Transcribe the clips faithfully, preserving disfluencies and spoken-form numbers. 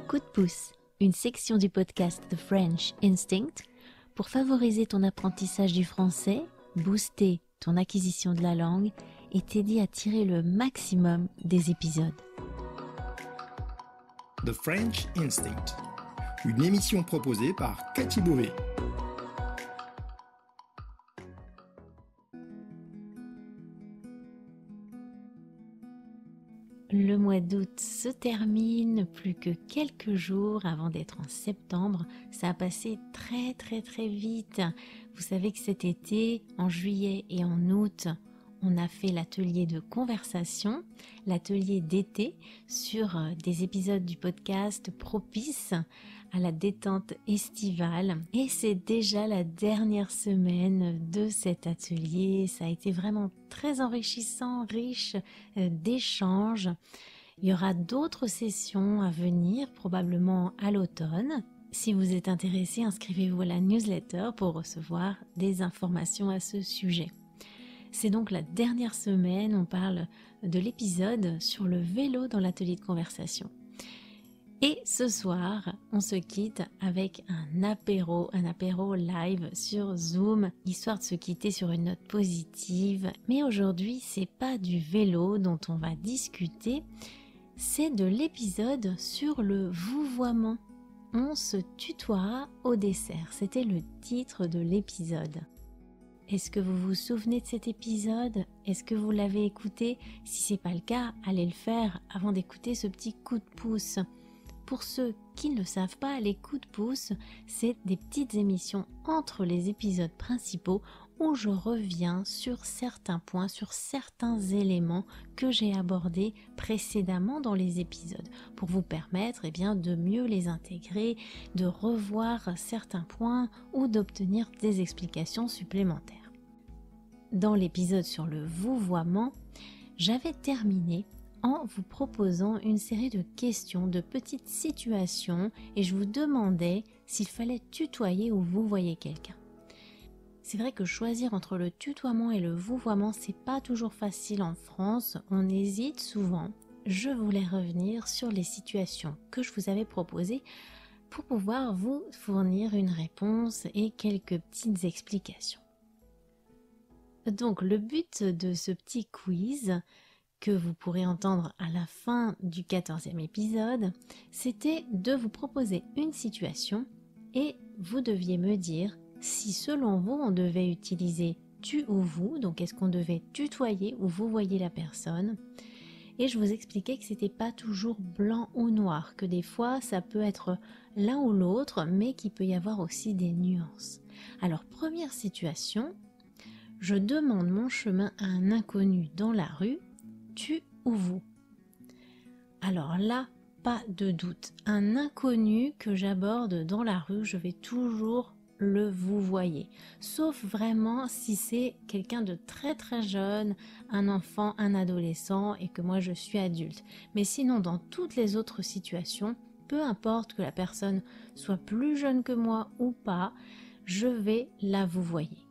Coup de pouce, une section du podcast The French Instinct pour favoriser ton apprentissage du français, booster ton acquisition de la langue et t'aider à tirer le maximum des épisodes. The French Instinct, une émission proposée par Cathy Beauvais. Le mois d'août se termine, plus que quelques jours avant d'être en septembre. Ça a passé très très très vite. Vous savez que cet été, en juillet et en août, on a fait l'atelier de conversation, l'atelier d'été sur des épisodes du podcast propices à la détente estivale. Et c'est déjà la dernière semaine de cet atelier. Ça a été vraiment très enrichissant, riche d'échanges. Il y aura d'autres sessions à venir, probablement à l'automne. Si vous êtes intéressé, inscrivez-vous à la newsletter pour recevoir des informations à ce sujet. C'est donc la dernière semaine, on parle de l'épisode sur le vélo dans l'atelier de conversation. Et ce soir, on se quitte avec un apéro, un apéro live sur Zoom, histoire de se quitter sur une note positive. Mais aujourd'hui, c'est pas du vélo dont on va discuter, c'est de l'épisode sur le vouvoiement. On se tutoiera au dessert, c'était le titre de l'épisode. Est-ce que vous vous souvenez de cet épisode? Est-ce que vous l'avez écouté? Si c'est pas le cas, allez le faire avant d'écouter ce petit coup de pouce. Pour ceux qui ne le savent pas, les coups de pouce, c'est des petites émissions entre les épisodes principaux où je reviens sur certains points, sur certains éléments que j'ai abordés précédemment dans les épisodes pour vous permettre eh bien, de mieux les intégrer, de revoir certains points ou d'obtenir des explications supplémentaires. Dans l'épisode sur le vouvoiement, j'avais terminé en vous proposant une série de questions, de petites situations et je vous demandais s'il fallait tutoyer ou vouvoyer quelqu'un. C'est vrai que choisir entre le tutoiement et le vouvoiement, c'est pas toujours facile en France, on hésite souvent. Je voulais revenir sur les situations que je vous avais proposées pour pouvoir vous fournir une réponse et quelques petites explications. Donc le but de ce petit quiz que vous pourrez entendre à la fin du quatorzième épisode, c'était de vous proposer une situation et vous deviez me dire si selon vous on devait utiliser tu ou vous, donc est-ce qu'on devait tutoyer ou vouvoyer la personne. Et je vous expliquais que c'était pas toujours blanc ou noir, que des fois ça peut être l'un ou l'autre, mais qu'il peut y avoir aussi des nuances. Alors première situation, je demande mon chemin à un inconnu dans la rue, tu ou vous. Alors là, pas de doute, un inconnu que j'aborde dans la rue, je vais toujours le vouvoyer, sauf vraiment si c'est quelqu'un de très très jeune, un enfant, un adolescent et que moi je suis adulte. Mais sinon, dans toutes les autres situations, peu importe que la personne soit plus jeune que moi ou pas, je vais la vouvoyer.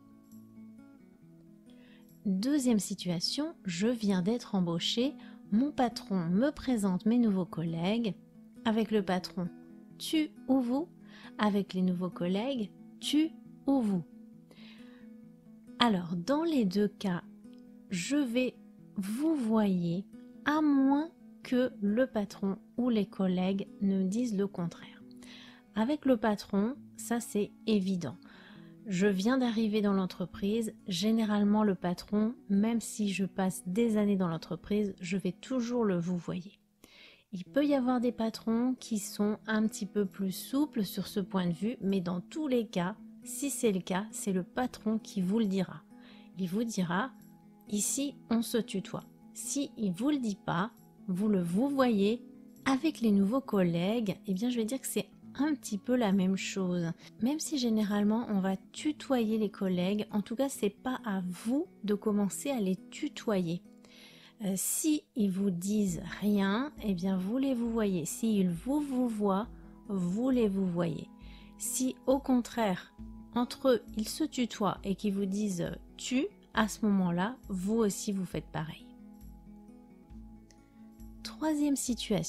Deuxième situation, je viens d'être embauchée, mon patron me présente mes nouveaux collègues. Avec le patron, tu ou vous. Avec les nouveaux collègues, tu ou vous. Alors, dans les deux cas, je vais vouvoyer à moins que le patron ou les collègues ne disent le contraire. Avec le patron, ça c'est évident. Je viens d'arriver dans l'entreprise, généralement le patron, même si je passe des années dans l'entreprise, je vais toujours le vouvoyer. Il peut y avoir des patrons qui sont un petit peu plus souples sur ce point de vue, mais dans tous les cas, si c'est le cas, c'est le patron qui vous le dira. Il vous dira, ici on se tutoie. Si il vous le dit pas, vous le vouvoyez. Avec les nouveaux collègues, eh bien je vais dire que c'est un petit peu la même chose. Même si généralement on va tutoyer les collègues, en tout cas c'est pas à vous de commencer à les tutoyer. Euh, si ils vous disent rien, eh bien vous les vouvoyez. Si ils vous vouvoient, vous les vouvoyez. Si au contraire, entre eux, ils se tutoient et qu'ils vous disent tu, à ce moment-là, vous aussi vous faites pareil. Troisième situation.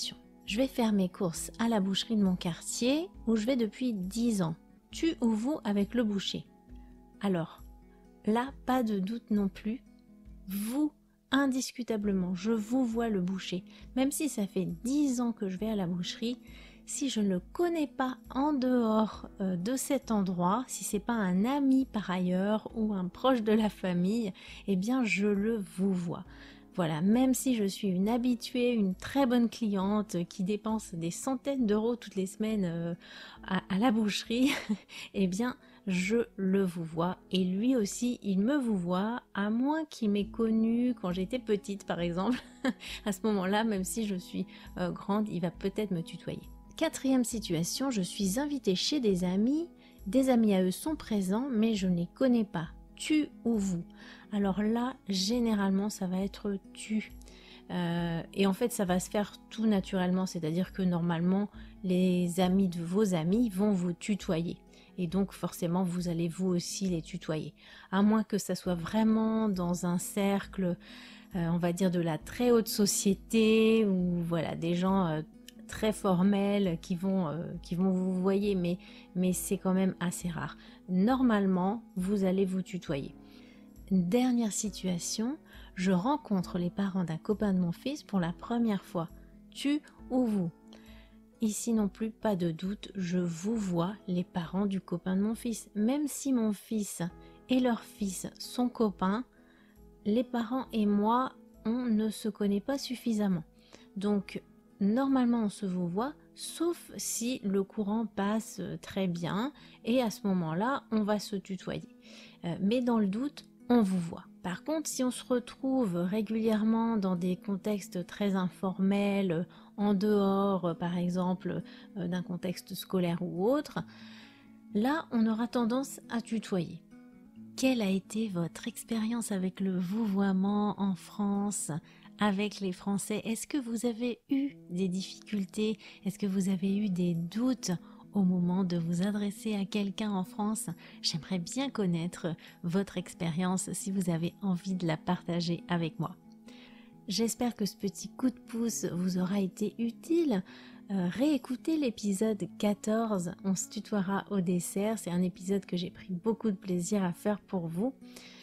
Je vais faire mes courses à la boucherie de mon quartier où je vais depuis dix ans. Tu ou vous avec le boucher? Alors, là, pas de doute non plus. Vous, indiscutablement, je vous vois le boucher. Même si ça fait dix ans que je vais à la boucherie, si je ne le connais pas en dehors euh, de cet endroit, si c'est pas un ami par ailleurs ou un proche de la famille, eh bien je le vous vois. Voilà, même si je suis une habituée, une très bonne cliente qui dépense des centaines d'euros toutes les semaines euh, à, à la boucherie, eh bien je le vous vois et lui aussi il me vous voit, à moins qu'il m'ait connue quand j'étais petite par exemple. À ce moment-là, même si je suis euh, grande, il va peut-être me tutoyer. Quatrième situation, je suis invitée chez des amis, des amis à eux sont présents mais je ne les connais pas. Tu ou vous? Alors là, généralement ça va être tu. Euh, et en fait ça va se faire tout naturellement, c'est-à-dire que normalement les amis de vos amis vont vous tutoyer. Et donc forcément vous allez vous aussi les tutoyer. À moins que ça soit vraiment dans un cercle, euh, on va dire de la très haute société, ou voilà, des gens euh, très formels qui vont, euh, qui vont vous voyer, mais, mais c'est quand même assez rare. Normalement, vous allez vous tutoyer. Une dernière situation, je rencontre les parents d'un copain de mon fils pour la première fois. Tu ou vous? Ici non plus, pas de doute, je vous vois les parents du copain de mon fils. Même si mon fils et leur fils sont copains, les parents et moi, on ne se connaît pas suffisamment. Donc, normalement, on se vous voit, sauf si le courant passe très bien, et à ce moment-là, on va se tutoyer. Euh, mais dans le doute, on vous voit. Par contre, si on se retrouve régulièrement dans des contextes très informels, en dehors, par exemple, euh, d'un contexte scolaire ou autre, là, on aura tendance à tutoyer. Quelle a été votre expérience avec le vouvoiement en France, avec les Français? Est-ce que vous avez eu des difficultés? Est-ce que vous avez eu des doutes au moment de vous adresser à quelqu'un en France? J'aimerais bien connaître votre expérience si vous avez envie de la partager avec moi. J'espère que ce petit coup de pouce vous aura été utile. Euh, réécoutez l'épisode quatorze, on se tutoiera au dessert. C'est un épisode que j'ai pris beaucoup de plaisir à faire pour vous.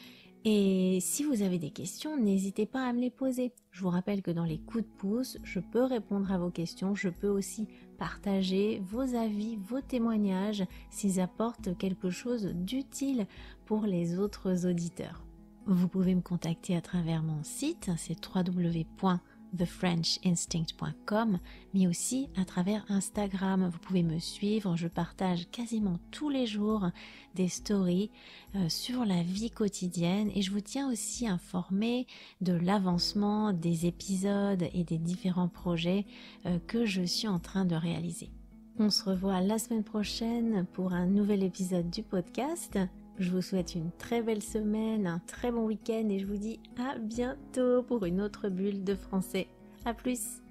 Et si vous avez des questions, n'hésitez pas à me les poser. Je vous rappelle que dans les coups de pouce, je peux répondre à vos questions. Je peux aussi partager vos avis, vos témoignages, s'ils apportent quelque chose d'utile pour les autres auditeurs. Vous pouvez me contacter à travers mon site, c'est w w w point the french instinct point com, mais aussi à travers Instagram. Vous pouvez me suivre, je partage quasiment tous les jours des stories euh, sur la vie quotidienne, et je vous tiens aussi informé de l'avancement des épisodes et des différents projets euh, que je suis en train de réaliser. On se revoit la semaine prochaine pour un nouvel épisode du podcast. Je vous souhaite une très belle semaine, un très bon week-end et je vous dis à bientôt pour une autre bulle de français. À plus!